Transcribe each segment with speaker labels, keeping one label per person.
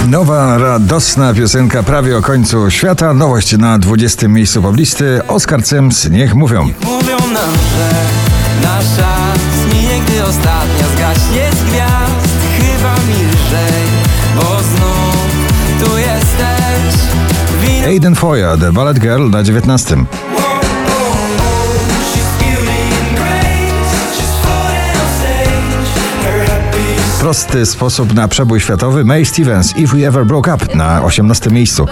Speaker 1: Nowa, radosna piosenka prawie o końcu świata. Nowość na 20. miejscu poblisty. Oscar Sims, Niech mówią.
Speaker 2: Mówią nam, że nasz czas minie, gdy ostatnia zgaśnie z gwiazd. Chyba mi lżej, bo znów tu jesteś.
Speaker 1: Aiden Foya, The Ballet Girl na 19. Prosty sposób na przebój światowy. Mae Stevens, If We Ever Broke Up na 18. miejscu.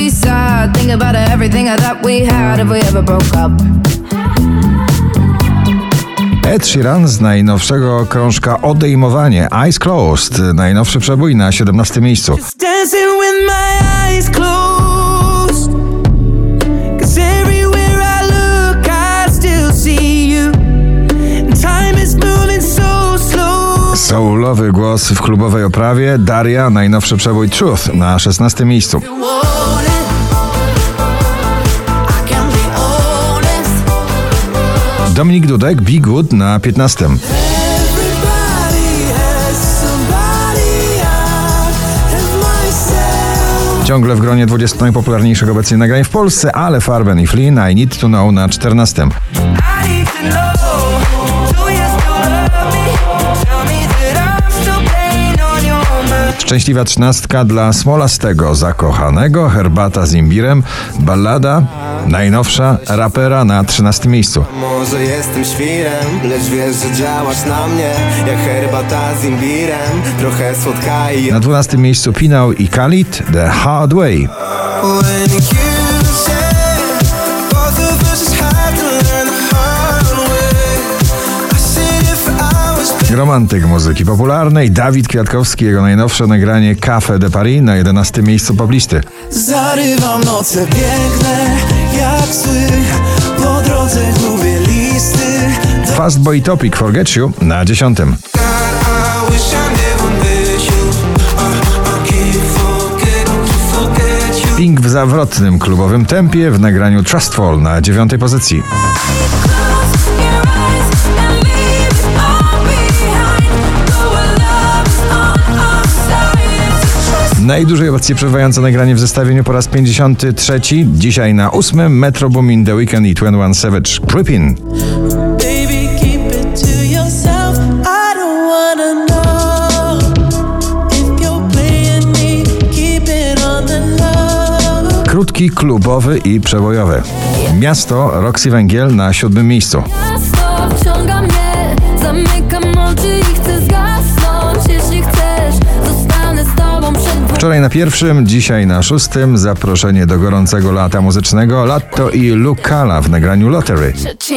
Speaker 1: Ed Sheeran z najnowszego krążka Odejmowanie, Eyes Closed, najnowszy przebój na 17. miejscu. Soulowy głos w klubowej oprawie. Daria, najnowszy przebój Truth na 16. miejscu. Dominik Dudek, Be Good na 15. Ciągle w gronie 20 najpopularniejszych obecnie nagrań w Polsce, ale Farben i Flynn, I Need to Know na 14. Szczęśliwa 13 dla Smolastego, Zakochanego, Herbata z imbirem, ballada, najnowsza rapera na 13. miejscu.
Speaker 3: Może jestem świrem, lecz wiesz, że działasz na mnie jak herbata z imbirem, trochę słodka i...
Speaker 1: Na 12. miejscu Pinał i Khalid, The Hard Way. Romantyk muzyki popularnej, Dawid Kwiatkowski, jego najnowsze nagranie Café de Paris na 11. miejscu poblisty.
Speaker 4: Zarywam noce piękne, jak sły, po drodze gubię listy.
Speaker 1: Fastboy Topic, Forget You na 10. Pink w zawrotnym klubowym tempie w nagraniu Trustful na 9. pozycji. Najdłużej obecnie przebywające nagranie w zestawieniu po raz 53. Dzisiaj na 8. Metro Boomin, The Weeknd i 21 Savage, Creepin'. Krótki, klubowy i przebojowy. Miasto, Roxy Węgiel na 7. miejscu.
Speaker 5: Miasto wciąga mnie, zamykam oczy i chcę zgasnąć. Jeśli chcesz, zostanę z tobą przed...
Speaker 1: Wczoraj na 1, dzisiaj na 6. Zaproszenie do gorącego lata muzycznego Latto i Lucala w nagraniu Lottery.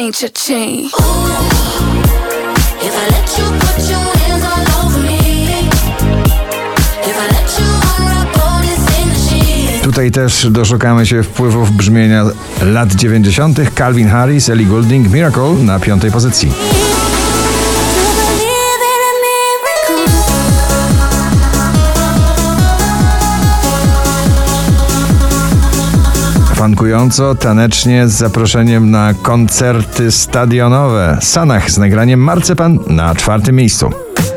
Speaker 1: Tutaj też doszukamy się wpływów brzmienia lat 90. Calvin Harris, Ellie Goulding, Miracle na 5. pozycji. Funkująco, tanecznie, z zaproszeniem na koncerty stadionowe. Sanach z nagraniem Marcepan na 4. miejscu.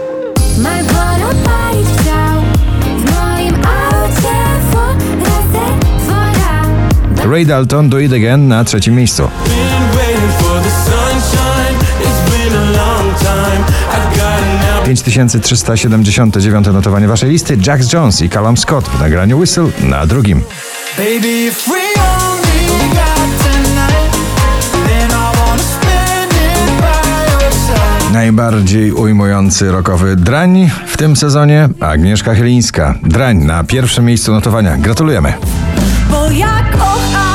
Speaker 1: Ray Dalton, Do It Again na 3. miejscu. 5379 notowanie waszej listy. Jax Jones i Callum Scott w nagraniu Whistle na 2. Najbardziej ujmujący rockowy drań w tym sezonie Agnieszka Chylińska. Drań na 1. miejscu notowania. Gratulujemy.
Speaker 5: Bo ja kocham